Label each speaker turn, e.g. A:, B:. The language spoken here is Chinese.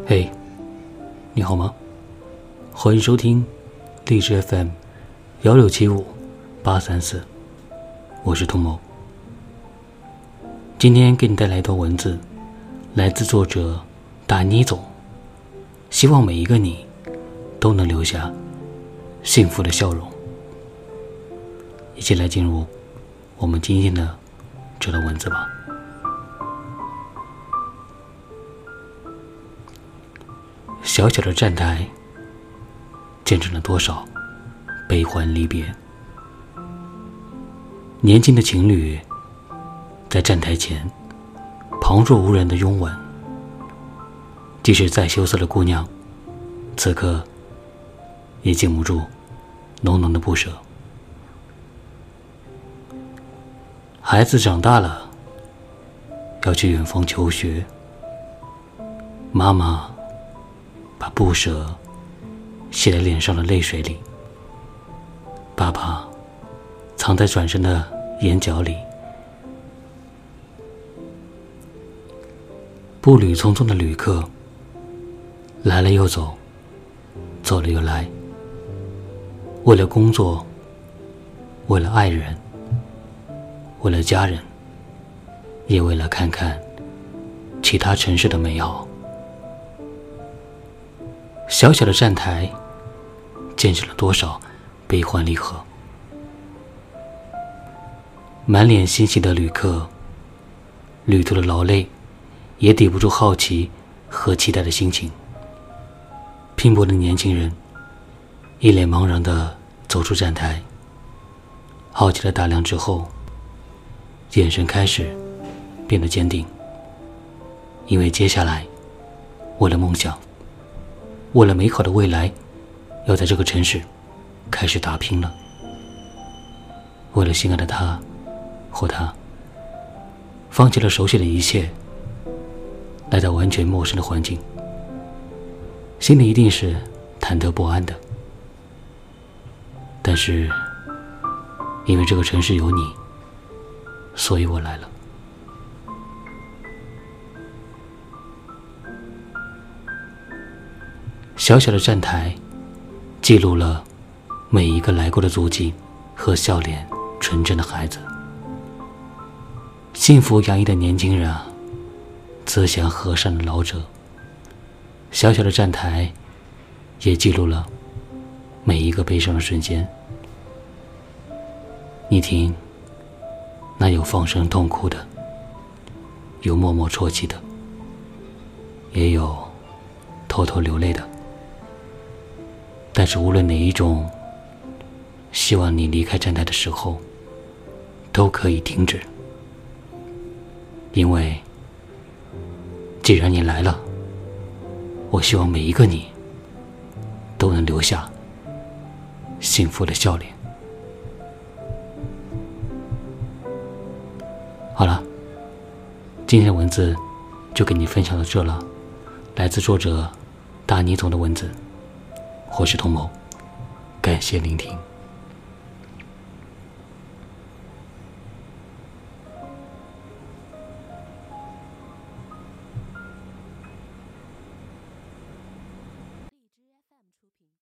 A: 嘿，你好吗？欢迎收听励志 FM1675834，我是童某。今天给你带来一段文字，来自作者大妮总，希望每一个你都能留下幸福的笑容。一起来进入我们今天的这段文字吧。小小的站台，见证了多少悲欢离别。年轻的情侣在站台前旁若无人的拥吻，即使再羞涩的姑娘，此刻也禁不住浓浓的不舍。孩子长大了，要去远方求学，妈妈把不舍写在脸上的泪水里，爸爸藏在转身的眼角里。步履匆匆的旅客，来了又走，走了又来，为了工作，为了爱人，为了家人，也为了看看其他城市的美好。小小的站台，见证了多少悲欢离合。满脸欣喜的旅客，旅途的劳累也抵不住好奇和期待的心情。拼搏的年轻人一脸茫然地走出站台，好奇的打量之后，眼神开始变得坚定，因为接下来为了梦想，为了美好的未来，要在这个城市开始打拼了。为了心爱的他或她，放弃了熟悉的一切，来到完全陌生的环境，心里一定是忐忑不安的。但是因为这个城市有你，所以我来了。小小的站台，记录了每一个来过的足迹和笑脸纯真的孩子。幸福洋溢的年轻人啊，慈祥和善的老者。小小的站台，也记录了每一个悲伤的瞬间。你听，那有放声痛哭的，有默默啜泣的，也有偷偷流泪的。但是无论哪一种，希望你离开站台的时候都可以停止，因为既然你来了，我希望每一个你都能留下幸福的笑脸。好了，今天的文字就给你分享到这了，来自作者大妮总的文字，我是童某，感谢聆听。